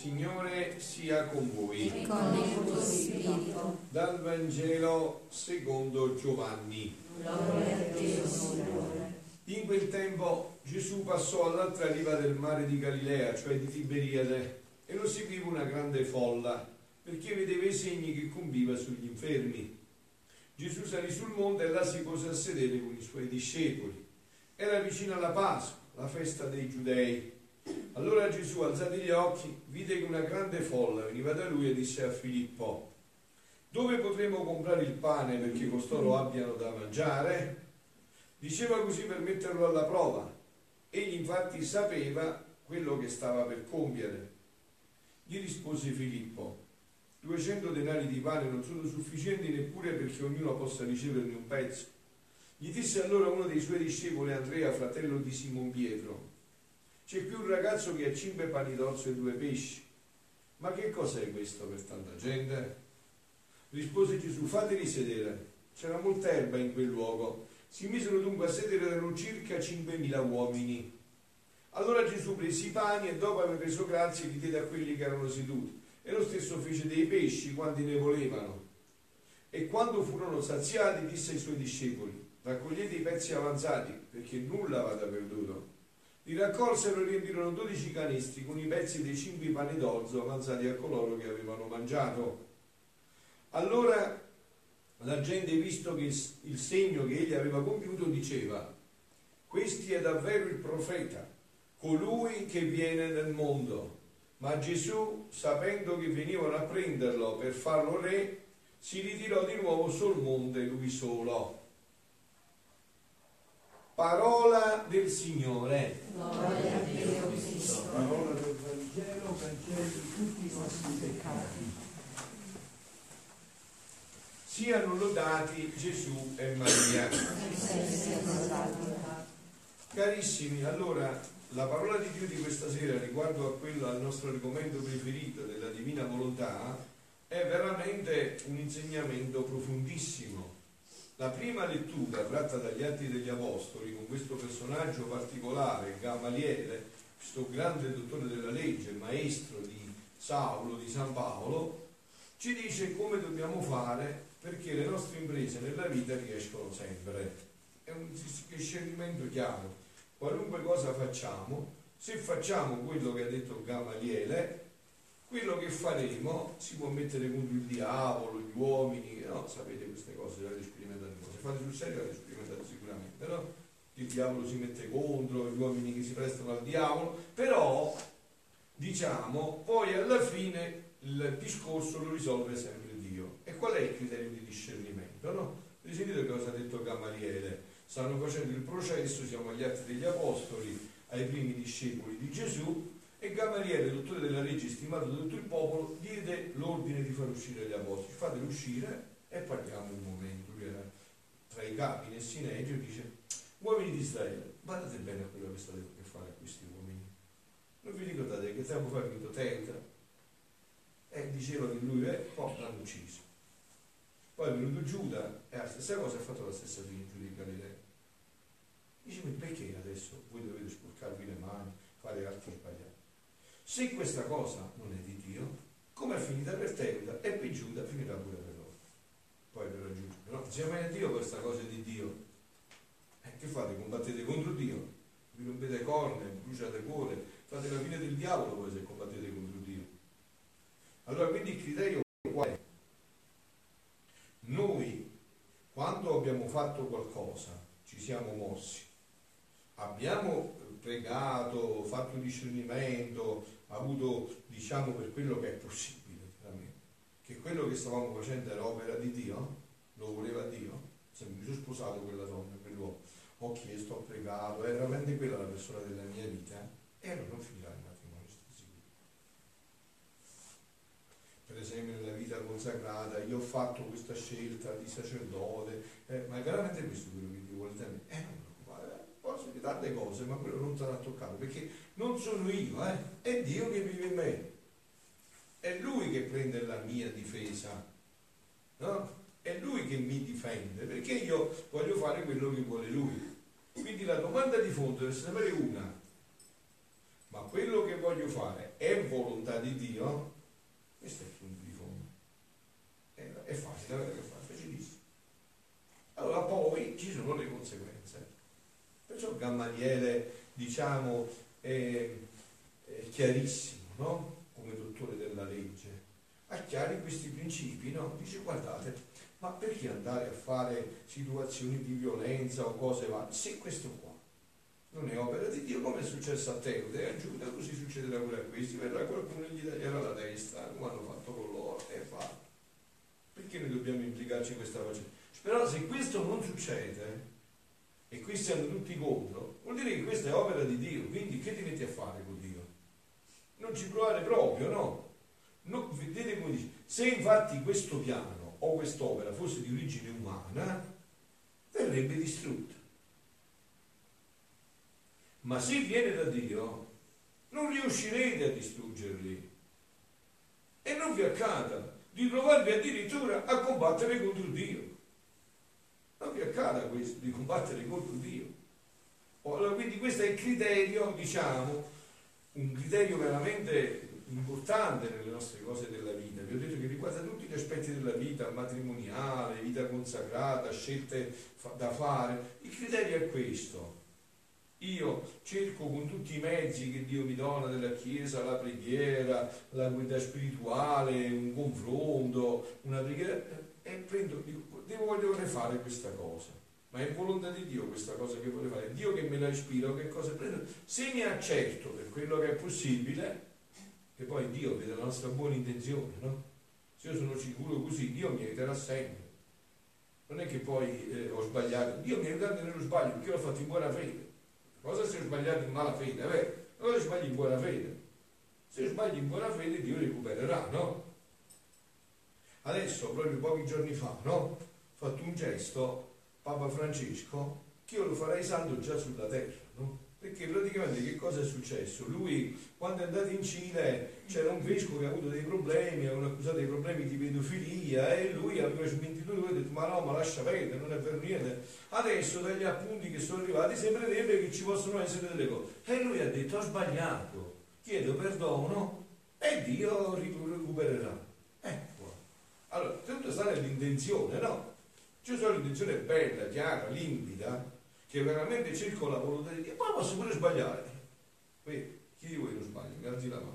Signore sia con voi. E con il tuo spirito. Dal Vangelo secondo Giovanni. Gloria a Dio, Signore. In quel tempo Gesù passò all'altra riva del mare di Galilea, cioè di Tiberiade, e lo seguiva una grande folla, perché vedeva i segni che compiva sugli infermi. Gesù salì sul monte e là si pose a sedere con i suoi discepoli. Era vicino alla Pasqua, la festa dei Giudei. Allora Gesù, alzati gli occhi, vide che una grande folla veniva da lui e disse a Filippo: dove potremo comprare il pane perché costoro abbiano da mangiare? Diceva così per metterlo alla prova. Egli infatti sapeva quello che stava per compiere. Gli rispose Filippo: 200 denari di pane non sono sufficienti neppure perché ognuno possa riceverne un pezzo. Gli disse allora uno dei suoi discepoli, Andrea, fratello di Simon Pietro: c'è qui un ragazzo che ha 5 pani d'orzo e 2 pesci. Ma che cos'è questo per tanta gente? Rispose Gesù: fateli sedere. C'era molta erba in quel luogo. Si misero dunque a sedere, erano circa 5.000 uomini. Allora Gesù prese i pani e dopo aver reso grazie li diede a quelli che erano seduti, e lo stesso fece dei pesci quanti ne volevano. E quando furono saziati disse ai suoi discepoli: raccogliete i pezzi avanzati, perché nulla vada perduto. Li raccolsero e riempirono 12 canestri con i pezzi dei 5 pani d'orzo avanzati a coloro che avevano mangiato. Allora la gente, visto che il segno che egli aveva compiuto, diceva: questi è davvero il profeta, colui che viene nel mondo. Ma Gesù, sapendo che venivano a prenderlo per farlo re, si ritirò di nuovo sul monte lui solo. Parola del Signore. Gloria a Dio, Cristo. Parola del Vangelo, cancelli tutti i nostri peccati. Siano lodati Gesù e Maria. Carissimi, allora la parola di Dio di questa sera riguardo al nostro argomento preferito della Divina Volontà è veramente un insegnamento profondissimo. La prima lettura tratta dagli Atti degli Apostoli con questo personaggio particolare, Gamaliele, questo grande dottore della legge, maestro di Saulo, di San Paolo, ci dice come dobbiamo fare perché le nostre imprese nella vita riescono sempre. È un discernimento chiaro. Qualunque cosa facciamo, se facciamo quello che ha detto Gamaliele, quello che faremo si può mettere contro il diavolo, gli uomini, no? Sapete queste cose, le avete sperimentate. Se fate sul serio, le avete sperimentate sicuramente, no? Il diavolo si mette contro, gli uomini che si prestano al diavolo, però, diciamo, poi alla fine il discorso lo risolve sempre Dio. E qual è il criterio di discernimento, no? Avete sentito cosa ha detto Gamaliele? Stanno facendo il processo, siamo agli Atti degli Apostoli, ai primi discepoli di Gesù, e Gamaliele, dottore della legge, stimato da tutto il popolo, diede l'ordine di far uscire gli apostoli. Fateli uscire e parliamo un momento. Lui era tra i capi nel Sinedrio, dice: uomini di Israele, badate bene a quello che state per fare a questi uomini. Non vi ricordate che tempo fa ha vinto Teuta? E diceva che lui poi l'hanno ucciso. Poi è venuto Giuda e la stessa cosa ha fatto la stessa fine Giuda di Galilea. Dice: ma perché adesso voi dovete sporcarvi le mani, fare atti sbagliati? Se questa cosa non è di Dio, come è finita per Teuta e per Giuda, finirà pure per loro. Poi per raggiungere. No, se mai a Dio questa cosa è di Dio, che fate? Combattete contro Dio? Vi rompete corna, bruciate cuore, fate la fine del diavolo poi se combattete contro Dio. Allora, quindi il criterio qual è? Noi, quando abbiamo fatto qualcosa, ci siamo mossi, abbiamo pregato, fatto discernimento, avuto, diciamo, per quello che è possibile, veramente, che quello che stavamo facendo era opera di Dio, lo voleva Dio. Se mi sono sposato quella donna, quell'uomo, ho chiesto, ho pregato, è veramente quella la persona della mia vita, e allora non finirà il matrimonio, state sicuri. Per esempio nella vita consacrata io ho fatto questa scelta di sacerdote, ma è veramente questo quello che Dio vuole da me? Non preoccupare, posso dire tante cose, ma quello non sarà toccato, perché non sono io, è Dio che vive in me, è Lui che prende la mia difesa, no? È Lui che mi difende, perché io voglio fare quello che vuole Lui. Quindi la domanda di fondo deve essere una: ma quello che voglio voglio fare è volontà di Dio, questo è il punto di fondo. È facile, è facilissimo. Allora poi ci sono le conseguenze. Perciò Gamaliele, diciamo, è chiarissimo, no? Come dottore della legge, ha chiari questi principi, no? Dice, guardate, ma perché andare a fare situazioni di violenza o cose varie? Se questo qua non è opera di Dio, come è successo a Teude e a Giuda, così succederà pure a questi, verrà qualcuno e gli taglierà la testa, come hanno fatto con loro, e fa. Perché noi dobbiamo implicarci in questa faccenda? Però se questo non succede, e questi hanno tutti contro, vuol dire che questa è opera di Dio, quindi che ti metti a fare con Dio? Non ci provare proprio, no? Vedete come dice, se infatti questo piano o quest'opera fosse di origine umana, verrebbe distrutta. Ma se viene da Dio, non riuscirete a distruggerli. E non vi accada di trovarvi addirittura a combattere contro Dio. Non vi accada questo, di combattere contro Dio. Allora, quindi questo è il criterio, diciamo, un criterio veramente importante nelle nostre cose della vita. Vi ho detto che riguarda tutti gli aspetti della vita, matrimoniale, vita consacrata, scelte da fare. Il criterio è questo. Io cerco con tutti i mezzi che Dio mi dona della Chiesa, la preghiera, la guida spirituale, un confronto, una preghiera, e prendo, dico, voglio fare questa cosa. Ma è volontà di Dio questa cosa che voglio fare, è Dio che me la ispira, che cosa prendo. Se mi accerto per quello che è possibile, che poi Dio vede la nostra buona intenzione, no? Se io sono sicuro così, Dio mi aiuterà sempre. Non è che poi ho sbagliato, Dio mi aiuterà nello sbaglio perché l'ho fatto in buona fede. Cosa se ho sbagliato in mala fede? Cosa sbagli in buona fede? Se sbagli in buona fede Dio recupererà, no? Adesso, proprio pochi giorni fa, no? Ho fatto un gesto, Papa Francesco, che io lo farei santo già sulla terra, no? Perché praticamente che cosa è successo? Lui, quando è andato in Cile, c'era un vescovo che ha avuto dei problemi, avevano accusato dei problemi di pedofilia e lui aveva smentito lui, ha detto ma no, ma lascia perdere, non è per niente. Adesso dagli appunti che sono arrivati sembrerebbe che ci possono essere delle cose. E lui ha detto ho sbagliato, chiedo perdono e Dio recupererà. Ecco. Allora, tutto sta nell'intenzione, no? C'è solo l'intenzione bella, chiara, limpida, che veramente cerco la volontà di Dio, poi posso pure sbagliare. Chi di voi non sbaglia? Mi alzi la mano.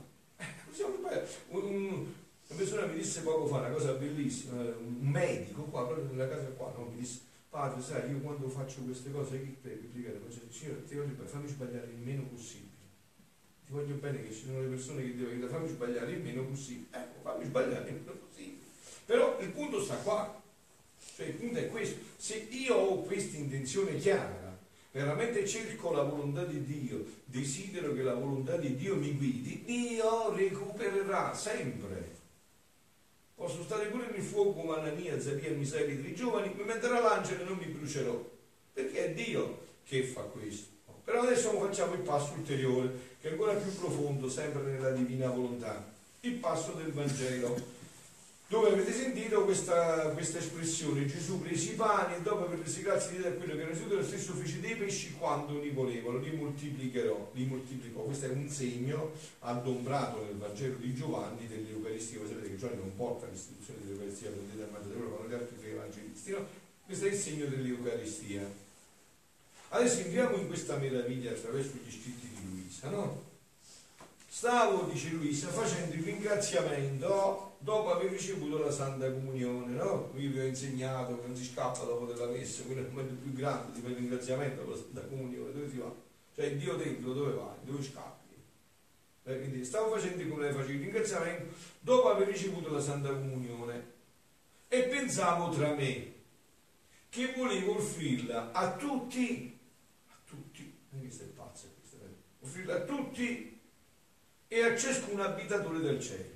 Una persona mi disse poco fa una cosa bellissima, un medico qua, proprio nella casa qua, no? Mi disse, padre, sai, io quando faccio queste cose, che pregare, Signore, ti voglio bene, fammi sbagliare il meno possibile. Ti voglio bene che ci sono le persone che devono dire, fammi sbagliare il meno possibile. Ecco, fammi sbagliare il meno possibile. Però il punto sta qua. Cioè il punto è questo, se io ho questa intenzione chiara, veramente cerco la volontà di Dio, desidero che la volontà di Dio mi guidi, Dio recupererà sempre. Posso stare pure nel fuoco come Anania, Zaria e Misaeli dei giovani, mi metterà l'angelo e non mi brucerò, perché è Dio che fa questo. Però adesso facciamo il passo ulteriore, che è ancora più profondo, sempre nella divina volontà, il passo del Vangelo, dove avete sentito questa espressione, Gesù prese i pani e dopo per resicarsi di quello che era seduto lo stesso fece dei pesci quando li volevano, li moltiplicò. Questo è un segno adombrato nel Vangelo di Giovanni dell'Eucaristia. Voi sapete che Giovanni non porta l'istituzione dell'Eucaristia, prendete a Matteo, loro fanno gli altri tre evangelisti, no? Questo è il segno dell'Eucaristia. Adesso entriamo in questa meraviglia attraverso gli scritti di Luisa, no? Stavo, dice Luisa, facendo il ringraziamento dopo aver ricevuto la Santa Comunione, no? Io vi ho insegnato che non si scappa dopo della messa, quello è il momento più grande di fare il ringraziamento con la Santa Comunione, dove si va? Cioè Dio dentro, dove vai? Dove scappi? Quindi stavo facendo come facevo il ringraziamento dopo aver ricevuto la Santa Comunione e pensavo tra me che volevo offrirla a tutti, questo è pazzo, offrirla a tutti e a ciascun abitatore del cielo,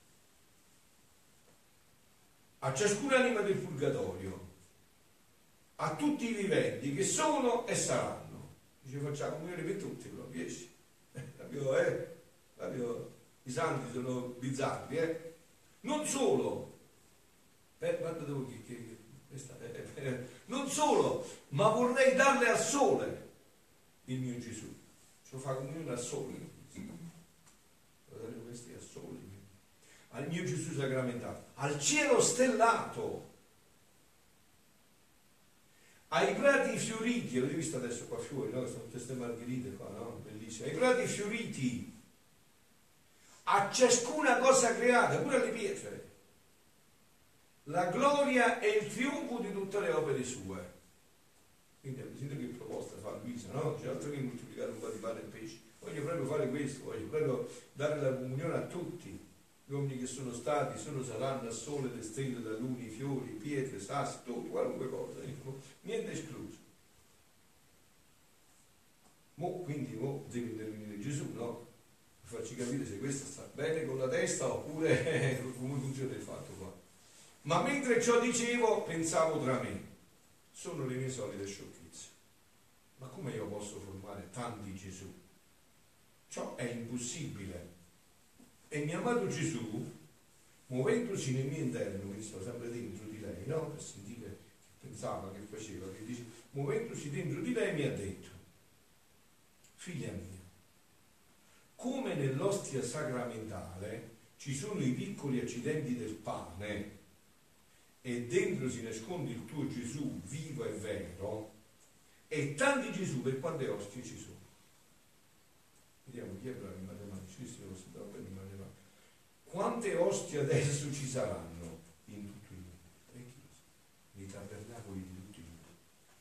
a ciascuna anima del purgatorio, a tutti i viventi che sono e saranno. Dice facciamo comunione per tutti proprio, esci. Proprio i santi sono bizzarri, non solo, guarda dove non solo, ma vorrei darle al sole il mio Gesù, cioè fa comunione al sole. dalle vesti al sole, al mio Gesù sacramentato, al cielo stellato, ai prati fioriti, l'avete visto adesso qua fuori, no? Sono tutte queste margherite qua, no? Bellissime, ai prati fioriti, a ciascuna cosa creata, pure alle pietre. La gloria e il trionfo di tutte le opere sue. Quindi sentite che proposta fa Luisa, no? C'è altro che moltiplicare un po' di pane e pesce. Voglio proprio fare questo, voglio proprio dare la comunione a tutti gli uomini che sono stati, saranno, al sole, le stelle, la luna, i fiori, pietre, sassi, tutto, qualunque cosa, niente escluso. Quindi deve intervenire Gesù, no? Per farci capire se questo sta bene con la testa oppure come funziona il fatto qua. Ma mentre ciò dicevo, pensavo tra me, sono le mie solite sciocchezze. Ma come io posso formare tanti Gesù? Ciò è impossibile. E mio amato Gesù, muovendosi nel mio interno, quindi sto sempre dentro di lei, no? Per sentire che pensava, che faceva, che dice, muovendosi dentro di lei mi ha detto, figlia mia, come nell'ostia sacramentale ci sono i piccoli accidenti del pane e dentro si nasconde il tuo Gesù vivo e vero, e tanti Gesù per quante ostie ci sono. Vediamo chi è bravo in matematica, lo si trova bene in matematica. Quante ostie adesso ci saranno in tutto il mondo? 3 chiese, nei tabernacoli di tutto il mondo.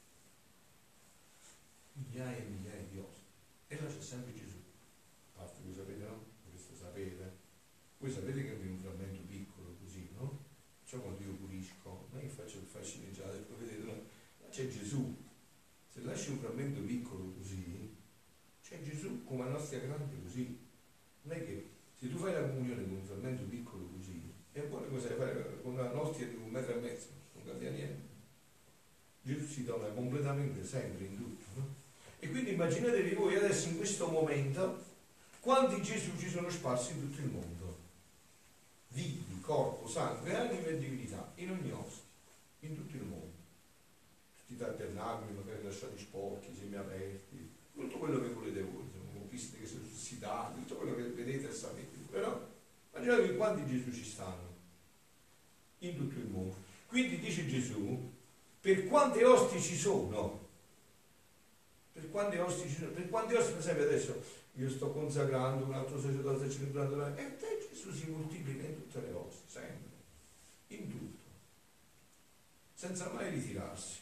Migliaia e migliaia di ostie. E là c'è sempre Gesù. Basta, voi sapete, no? Questo sapete. Voi sapete che è un frammento piccolo così, no? Cioè quando io pulisco, non è che faccio il fascineggiato, poi vedete, no? Là c'è Gesù. Se lasci un frammento piccolo così, c'è Gesù come la nostra grande così. Non è che se tu fai la comunione con un frammento piccolo così, è buono cosa sai fare con una nostra di 1,5 metri, non cambia niente. Gesù si dona completamente sempre in tutto, no? E quindi immaginatevi voi adesso in questo momento quanti Gesù ci sono sparsi in tutto il mondo, vivi, corpo, sangue, anima e divinità, in ogni ostia, in tutto il mondo. Tutti i tabernacoli magari lasciati sporchi, semiaperti, tutto quello che volete voi, conquiste che sono suscitate, tutto quello che vedete e sapete. Però immaginatevi quanti Gesù ci stanno in tutto il mondo. Quindi dice Gesù, per quante ostie ci sono? Per quante ostie ci sono? Per quante ostie, per esempio adesso io sto consacrando un altro sacerdote celebrando e te Gesù si moltiplica in tutte le ostie, sempre, in tutto, senza mai ritirarsi.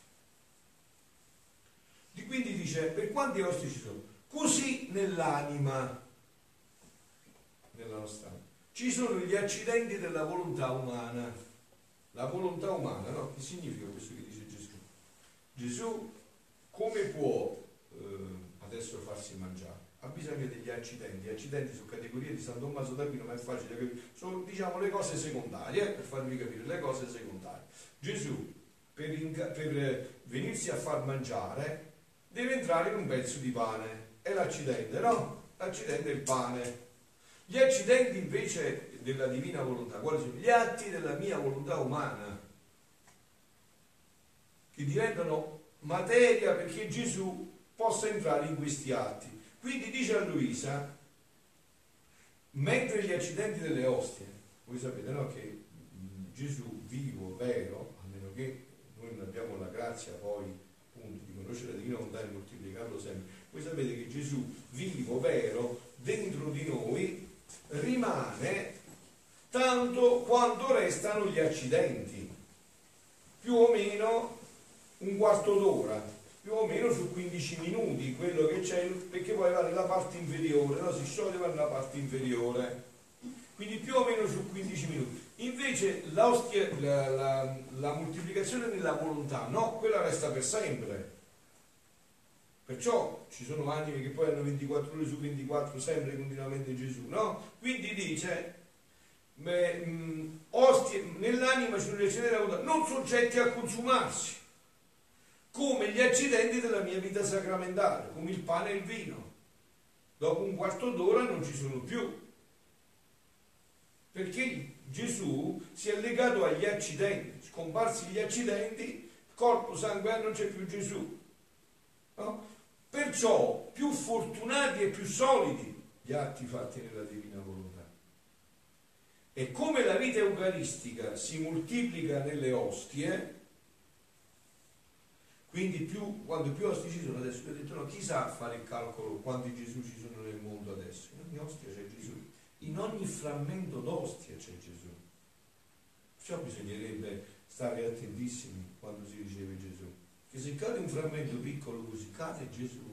Di quindi dice, per quante ostie ci sono? Così nell'anima, nella nostra anima, ci sono gli accidenti della volontà umana. La volontà umana, no? Che significa questo che dice Gesù? Gesù come può adesso farsi mangiare? Ha bisogno degli accidenti. Gli accidenti sono categorie di San Tommaso d'Aquino, ma è facile capire. Sono, diciamo, le cose secondarie, per farvi capire, le cose secondarie. Gesù, per venirsi a far mangiare, deve entrare in un pezzo di pane. È l'accidente, no? L'accidente è il pane. Gli accidenti invece della divina volontà, quali sono? Gli atti della mia volontà umana, che diventano materia perché Gesù possa entrare in questi atti. Quindi dice a Luisa, mentre gli accidenti delle ostie, voi sapete, no, che Gesù vivo, vero, a meno che noi non abbiamo la grazia poi appunto di conoscere la divina volontà e moltiplicarlo sempre, voi sapete che Gesù vivo, vero, dentro di noi rimane tanto quanto restano gli accidenti, più o meno un quarto d'ora, più o meno su 15 minuti, quello che c'è, perché poi va nella parte inferiore, no? Si scioglie va nella parte inferiore, quindi più o meno su 15 minuti. Invece la moltiplicazione della volontà, no, quella resta per sempre. Perciò ci sono anime che poi hanno 24 ore su 24 sempre continuamente Gesù, no? Quindi dice, ostie, nell'anima ci sono gli accidenti della volontà, non soggetti a consumarsi, come gli accidenti della mia vita sacramentale, come il pane e il vino. Dopo un quarto d'ora non ci sono più, perché Gesù si è legato agli accidenti, scomparsi gli accidenti, corpo, sangue, non c'è più Gesù, no? Perciò più fortunati e più solidi gli atti fatti nella divina volontà. E come la vita eucaristica si moltiplica nelle ostie, quindi quando più ostie ci sono adesso, io ho detto no, chi sa fare il calcolo quanti Gesù ci sono nel mondo adesso? In ogni ostia c'è Gesù, in ogni frammento d'ostia c'è Gesù. Perciò bisognerebbe stare attentissimi quando si riceve Gesù, che se cade un frammento piccolo così, cade Gesù.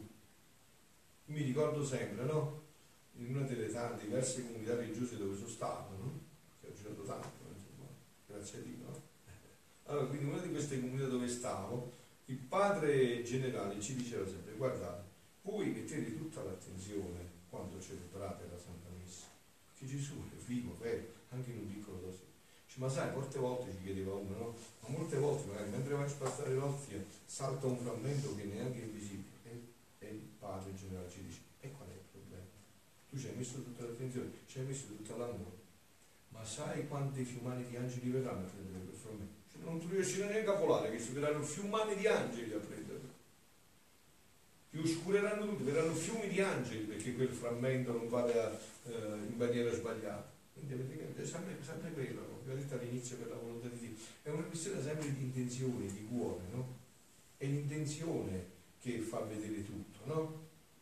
Mi ricordo sempre, no? In una delle tante diverse comunità religiose dove sono stato, no? Che ho girato tanto, insomma, grazie a Dio, no? Allora, quindi in una di queste comunità dove stavo, il padre generale ci diceva sempre: guardate, voi mettete tutta l'attenzione quando celebrate la Santa Messa, perché Gesù è vivo, vero, anche in un piccolo dosi. Ma sai, molte volte ci chiedeva uno, no? Ma molte volte magari mentre vai a spazzare l'ostia salta un frammento che neanche è invisibile, e il padre generale ci dice: e qual è il problema? Tu ci hai messo tutta l'attenzione, ci hai messo tutto l'amore, ma sai quante fiumane di angeli verranno a prendere quel frammento? Cioè, non tu riesci neanche a volare, che si verranno fiumane di angeli a prenderlo, ti oscureranno tutti, verranno fiumi di angeli perché quel frammento non vada in maniera sbagliata. Quindi è sempre quello, come ho detto all'inizio, per la volontà di Dio, è una questione sempre di intenzione, di cuore, no? È l'intenzione che fa vedere tutto, no?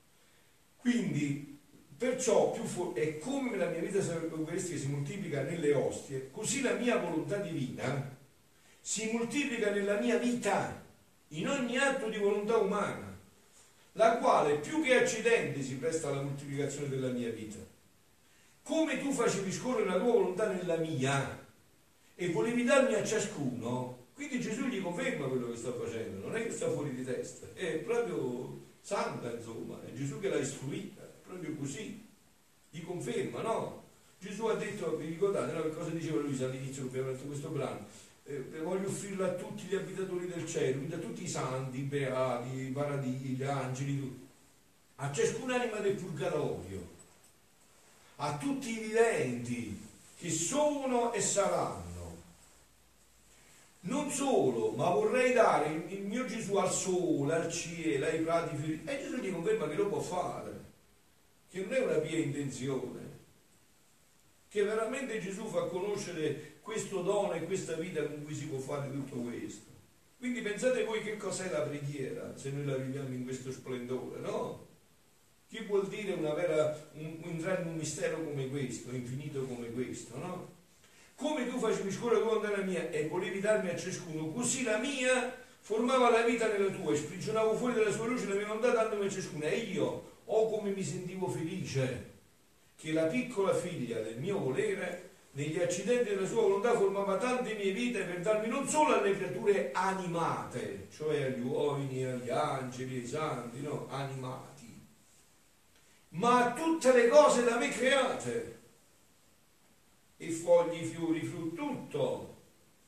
Quindi, perciò, è come la mia vita eucaristica si moltiplica nelle ostie, così la mia volontà divina si moltiplica nella mia vita, in ogni atto di volontà umana, la quale più che accidente si presta alla moltiplicazione della mia vita. Come tu facevi scorrere la tua volontà nella mia e volevi darmi a ciascuno, quindi Gesù gli conferma quello che sta facendo, non è che sta fuori di testa, è proprio santa, insomma, è Gesù che l'ha istruita, è proprio così, gli conferma, no? Gesù ha detto, vi ricordate, no, che cosa diceva lui all'inizio che abbiamo letto questo brano? Voglio offrirlo a tutti gli abitatori del cielo, quindi a tutti i santi, i beati, i paradisi, gli angeli, tutti. A ciascun'anima del purgatorio, a tutti i viventi che sono e saranno. Non solo, ma vorrei dare il mio Gesù al sole, al cielo, ai prati fioriti. E Gesù gli conferma che lo può fare, che non è una pia intenzione, che veramente Gesù fa conoscere questo dono e questa vita con cui si può fare tutto questo. Quindi pensate voi che cos'è la preghiera, se noi la viviamo in questo splendore, no? Che vuol dire entrare in un mistero come questo, infinito come questo, no? Come tu facevi scuola tua nella mia e volevi darmi a ciascuno, così la mia formava la vita nella tua e sprigionavo fuori dalla sua luce la mia volontà dandomi a ciascuno. E io, come mi sentivo felice che la piccola figlia del mio volere negli accidenti della sua volontà formava tante mie vite per darmi non solo alle creature animate, cioè agli uomini, agli angeli, ai santi, no? Animati, ma a tutte le cose da me create, i fogli, i fiori, i frutti, tutto,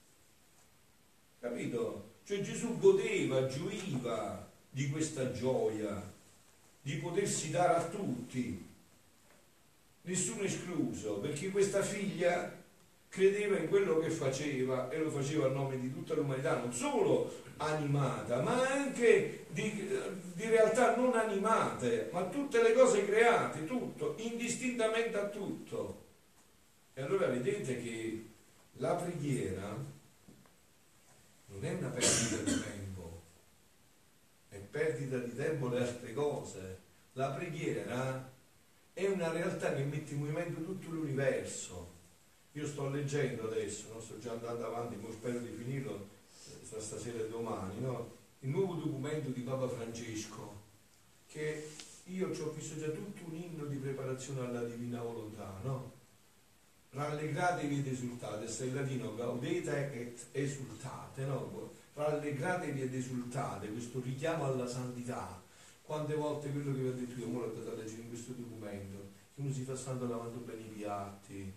capito? Cioè Gesù godeva, gioiva di questa gioia di potersi dare a tutti, nessuno escluso, perché questa figlia credeva in quello che faceva e lo faceva a nome di tutta l'umanità, non solo animata, ma anche di realtà non animate, ma tutte le cose create, tutto, indistintamente a tutto. E allora vedete che la preghiera non è una perdita di tempo, è perdita di tempo le altre cose. La preghiera è una realtà che mette in movimento tutto l'universo. Io sto leggendo adesso, no? Sto già andando avanti, ma spero di finirlo tra stasera e domani, no? Il nuovo documento di Papa Francesco, che io ci ho visto già tutto un inno di preparazione alla divina volontà, no? Rallegratevi ed esultate, sta in latino gaudete et esultate, no? Rallegratevi ed esultate, questo richiamo alla santità. Quante volte quello che vi ho detto io, ora lo andate a leggere in questo documento, che uno si fa stando lavando bene i piatti,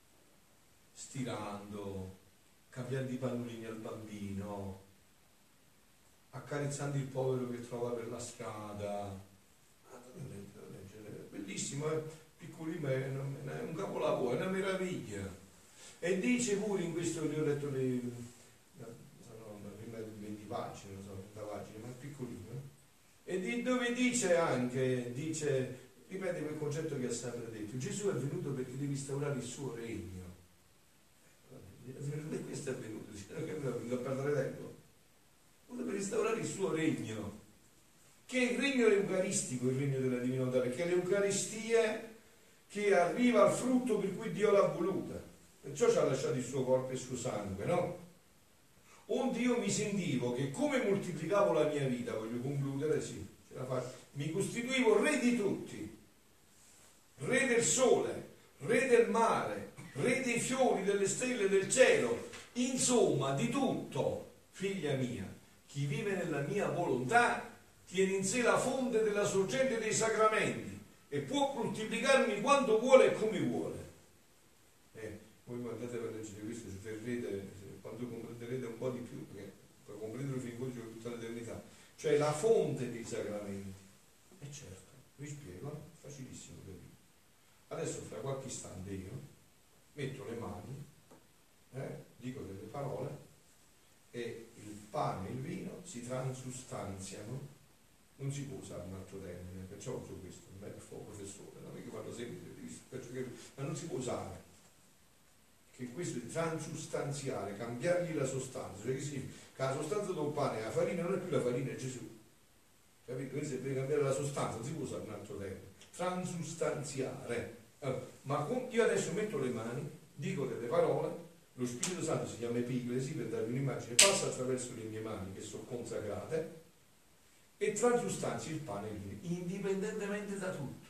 stirando, cambiando i pannolini al bambino, accarezzando il povero che trova per la strada. Bellissimo, piccolino, è un capolavoro, è una meraviglia. E dice pure in questo, io ho letto prima di 20 pagine, non so, 30 pagine, ma è piccolino. E dove dice anche, ripete quel concetto che ha sempre detto: Gesù è venuto perché deve instaurare il suo regno. Per questo è venuto, dice, non è venuto a perdere tempo, è venuto per instaurare il suo regno, che è il regno eucaristico, il regno della divinità, perché è l'Eucaristia che arriva al frutto per cui Dio l'ha voluta, perciò ci ha lasciato il suo corpo e il suo sangue, no? Onde io mi sentivo che come moltiplicavo la mia vita, voglio concludere, sì, ce la faccio, mi costituivo re di tutti, re del sole, re del mare, re dei fiori, delle stelle del cielo, insomma di tutto, figlia mia. Chi vive nella mia volontà tiene in sé la fonte della sorgente dei sacramenti e può moltiplicarmi quanto vuole e come vuole. Voi andate per leggere questo, ci terrete, quando comprenderete un po' di più, perché per comprenderlo fin qui c'è tutta l'eternità, cioè la fonte dei sacramenti. E certo, vi spiego, facilissimo capire. Adesso fra qualche istante io metto le mani, dico delle parole e il pane e il vino si transustanziano. Non si può usare un altro termine, perciò uso questo, non è professore, non è che parlo sempre di questo, ma non si può usare. Che questo di transustanziare, cambiargli la sostanza, cioè che significa che la sostanza del pane e la farina non è più la farina, è Gesù. Capito? Quindi se deve cambiare la sostanza, non si può usare un altro termine. Transustanziare. Ma io adesso metto le mani, dico delle parole, lo Spirito Santo si chiama epiclesi per darvi un'immagine, passa attraverso le mie mani che sono consacrate e transustanzi il pane e il vino, indipendentemente da tutto.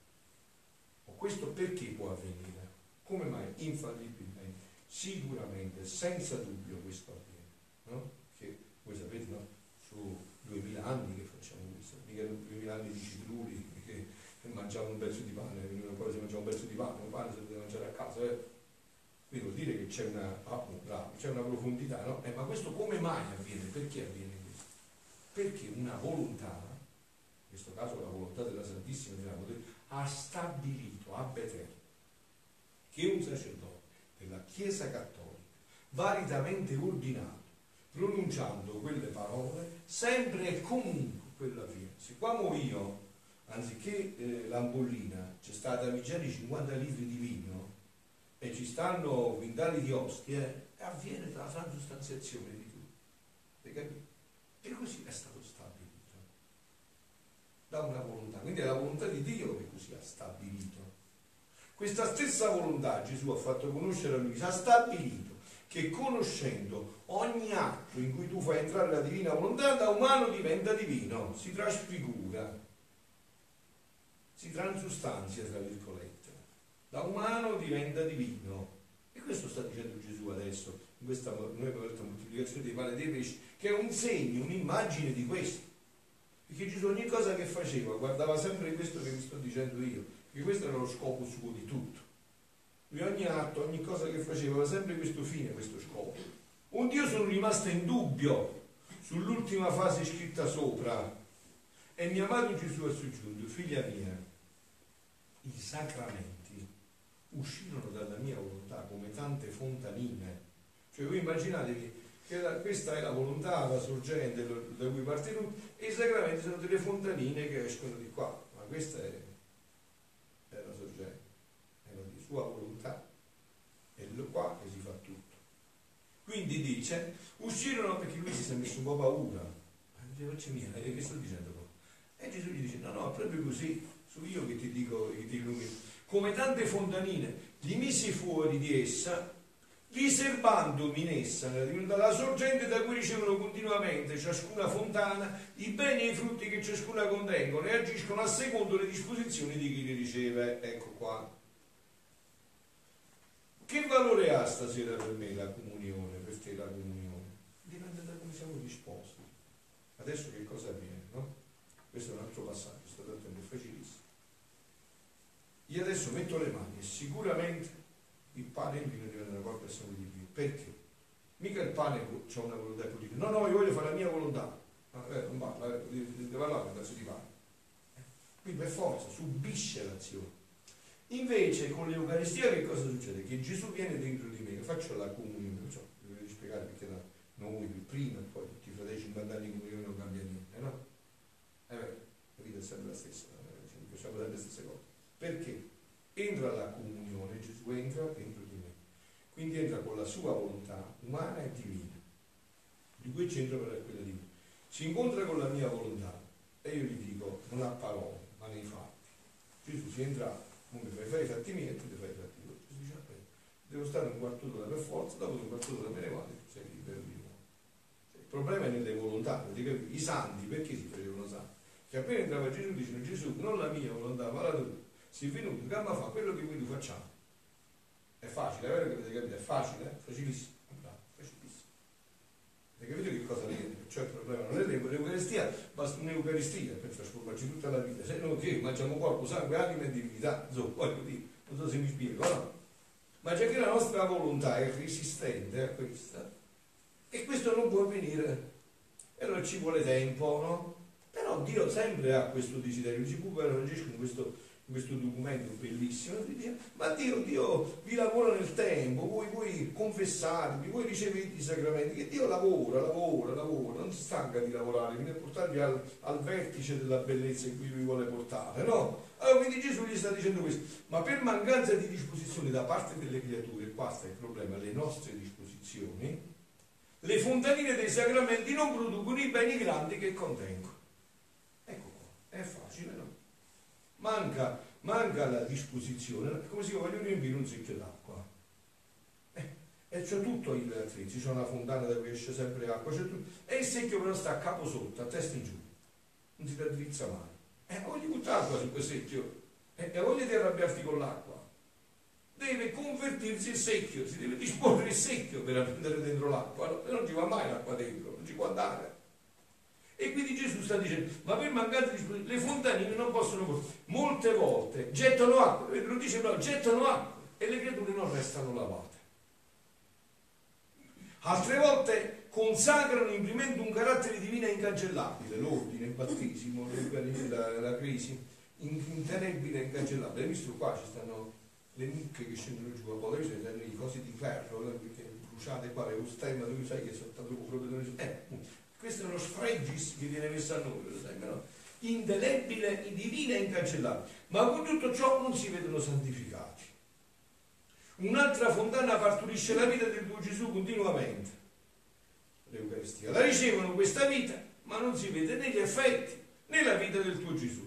Questo perché può avvenire? Come mai? Infallibilmente, sicuramente, senza dubbio questo avviene, no? Che voi sapete, no? Su 2000 anni che facciamo questo, mica 2000 anni di citruli che mangiamo un pezzo di pane, poi si mangia un pezzo di pane, un pane si deve mangiare a casa, quindi vuol dire che c'è una profondità, no? Ma questo come mai avviene? Perché avviene questo? Perché una volontà, in questo caso la volontà della Santissima ha stabilito ab eterno che un sacerdote della Chiesa Cattolica, validamente ordinato, pronunciando quelle parole, sempre e comunque quella via. Siccome io, anziché l'ampollina, c'è stata a miggiare 50 litri di vino e ci stanno quintali di ostie, avviene la transustanziazione di tutto. Hai capito? E così è stato stabilito da una volontà. Quindi è la volontà di Dio che così ha stabilito. Questa stessa volontà Gesù ha fatto conoscere a lui, ha stabilito che conoscendo ogni atto in cui tu fai entrare la divina volontà, da umano diventa divino, si trasfigura, si transustanzia, tra virgolette, da umano diventa divino. E questo sta dicendo Gesù adesso, in questa moltiplicazione dei pane e dei pesci, che è un segno, un'immagine di questo. Perché Gesù ogni cosa che faceva guardava sempre questo che vi sto dicendo io, che questo era lo scopo suo di tutto. Lui ogni atto, ogni cosa che faceva aveva sempre questo fine, questo scopo. Un Dio sono rimasto in dubbio sull'ultima fase scritta sopra e mio amato Gesù ha soggiunto, figlia mia, i sacramenti uscirono dalla mia volontà come tante fontanine. Cioè voi immaginatevi che questa è la volontà, la sorgente da cui parte tutto, e i sacramenti sono delle fontanine che escono di qua, ma questa è la sorgente, è la di sua volontà, è qua che si fa tutto. Quindi dice, uscirono, perché lui si è messo un po' paura, faccia mia, che sto dicendo qua? E Gesù gli dice, no, è proprio così, sono io che ti dico, che ti illumino. Come tante fontanine, li misi fuori di essa, riservandomi in essa dalla sorgente da cui ricevono continuamente ciascuna fontana i beni e i frutti che ciascuna contengono e agiscono a secondo le disposizioni di chi li riceve. Ecco qua. Che valore ha stasera per me la comunione, per te la comunione? Dipende da come siamo disposti. Adesso che cosa avviene, no? Questo è un altro passaggio, state attenti, è facilissimo. Io adesso metto le mani e sicuramente il pane e il vino diventano corpo e sangue di Dio. Perché? Mica il pane c'ha una volontà politica. No, io voglio fare la mia volontà. Non parla, deve parlare un pezzo di pane. Qui per forza subisce l'azione. Invece con l'Eucaristia che cosa succede? Che Gesù viene dentro di me, che faccio la comunione, perciò vi voglio spiegare perché noi prima e poi tutti i fratelli 50 anni di comunione non cambia niente, no? La vita è sempre la stessa, facciamo sempre le stesse cose. Perché? Entra la comunione, Gesù entra dentro di me quindi entra con la sua volontà umana e divina, di cui c'entra per quella divina. Si incontra con la mia volontà e io gli dico, non a parole, ma nei fatti. Gesù si entra, non mi fai i fatti miei e tu ti fai i fatti tuoi. Gesù dice, devo stare un quarto d'ora per forza, dopo un quarto d'ora me ne vado, tu sei libero di nuovo. Il problema è nelle volontà, i santi perché si facevano santi? Che appena entrava Gesù dicevano, Gesù, non la mia volontà, ma la tua. Si è venuto, che fa quello che noi facciamo. È facile, è vero che avete capito? È facile, facilissimo. Facilissimo. Avete capito che cosa viene? Cioè il problema non è l'Eucaristia, basta un'Eucaristia per trasformarci tutta la vita, se no che mangiamo corpo, sangue, anima e divinità, insomma, voglio dire, non so se mi spiego, no? Ma già che la nostra volontà è resistente a questa, e questo non può avvenire, e allora ci vuole tempo, no? Però Dio sempre ha questo desiderio, ci può Francesco in questo documento bellissimo, dice, ma Dio vi lavora nel tempo, voi confessarvi, voi ricevete i sacramenti, che Dio lavora, non si stanca di lavorare, viene a portarvi al vertice della bellezza in cui vi vuole portare, no? Allora quindi Gesù gli sta dicendo questo, ma per mancanza di disposizione da parte delle creature, qua sta il problema, le nostre disposizioni, le fontanine dei sacramenti non producono i beni grandi che contengono. Ecco qua, è facile, no? Manca la disposizione, come si voglio riempire un secchio d'acqua. E c'è tutto il attrezzo, c'è una fontana da cui esce sempre acqua, c'è tutto. E il secchio però sta a capo sotto, a testa in giù, non si raddrizza mai. Voglio buttare acqua su quel secchio, e voglio di arrabbiarti con l'acqua. Deve convertirsi il secchio, si deve disporre il secchio per prendere dentro l'acqua, no? Non ci va mai l'acqua dentro, non ci può andare. E quindi Gesù sta dicendo, ma per mancanza di le fontanine non possono, molte volte gettano acqua, lo dice però, gettano acqua e le creature non restano lavate. Altre volte consacrano imprimendo un carattere divino incancellabile, l'ordine, il battesimo, la crisi, intenebile e incancellabile. Hai visto qua ci stanno le mucche che scendono giù a volte, ci stanno i cosi di ferro, perché bruciate qua, le stemma, tu sai che sono stato proprio questo è uno sfregis che viene messo a noi, lo sai, no? Indelebile, divina e incancellabile. Ma con tutto ciò non si vedono santificati. Un'altra fontana partorisce la vita del tuo Gesù continuamente, l'Eucaristia. La ricevono questa vita, ma non si vede né gli effetti né la vita del tuo Gesù.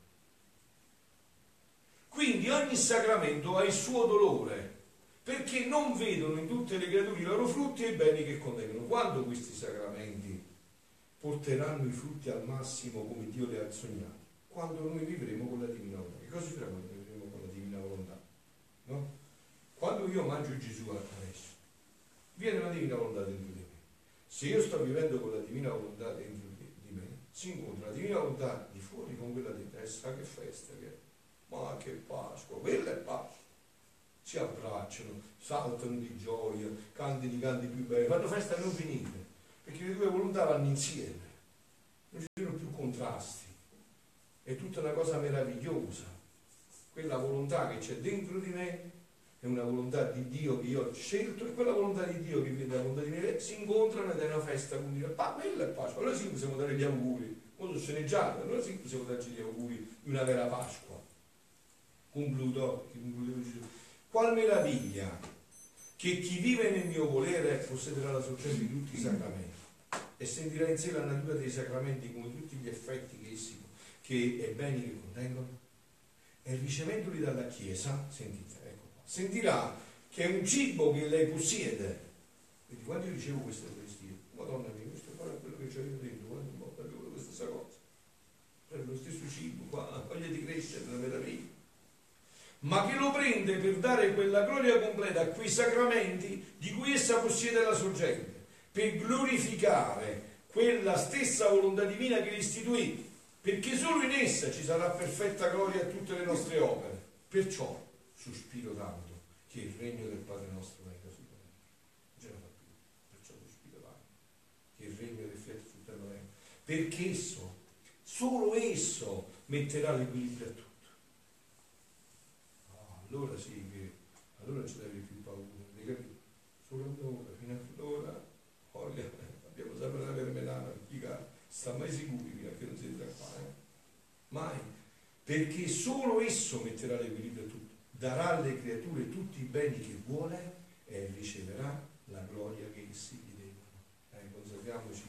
Quindi ogni sacramento ha il suo dolore, perché non vedono in tutte le creature i loro frutti e i beni che contengono. Quando questi sacramenti porteranno i frutti al massimo come Dio li ha sognati? Quando noi vivremo con la divina volontà. Che cosa si farà quando vivremo con la divina volontà? No? Quando io mangio Gesù adesso, viene la divina volontà dentro di me. Se io sto vivendo con la divina volontà dentro di me, si incontra la divina volontà di fuori con quella dentro. Sa che festa che è. Ma che Pasqua, quella è Pasqua. Si abbracciano, saltano di gioia, cantano i canti più belli, fanno festa non finite, perché le due volontà vanno insieme, non ci sono più contrasti, è tutta una cosa meravigliosa. Quella volontà che c'è dentro di me è una volontà di Dio che io ho scelto, e quella volontà di Dio che viene dalla volontà di me si incontrano ed è una festa, quindi quella è Pasqua. Allora sì possiamo dare gli auguri, molto sceneggiato, allora sì possiamo darci gli auguri di una vera Pasqua. Concludo Gesù. Qual meraviglia che chi vive nel mio volere possederà la sorgente di tutti i sacramenti e sentirà in sé la natura dei sacramenti come tutti gli effetti che essi e beni che contengono, e ricevendoli dalla Chiesa, sentite, ecco qua, sentirà che è un cibo che lei possiede. Quindi quando io ricevo questa Eucaristia, Madonna mia, questo qua è quello che c'ho io dentro, guarda un po', è la stessa cosa, è lo stesso cibo, qua, voglia di crescere, una meraviglia. Ma che lo prende per dare quella gloria completa a quei sacramenti di cui essa possiede la sorgente, per glorificare quella stessa volontà divina che li istituì, perché solo in essa ci sarà perfetta gloria a tutte le nostre opere. Perciò sospiro tanto che il regno del Padre nostro venga su terra. Non ce la fa più. Perciò sospiro tanto che il regno del Fiat su terra venga, perché esso, solo esso, metterà l'equilibrio a tutto. Allora sì, allora non ci devi più paura, hai capito? Solo allora, fino a allora, abbiamo sempre la vermelana, sta mai sicuri fino a che non si entra qua, mai, perché solo esso metterà l'equilibrio a tutto, darà alle creature tutti i beni che vuole e riceverà la gloria che essi gli devono. Conserviamoci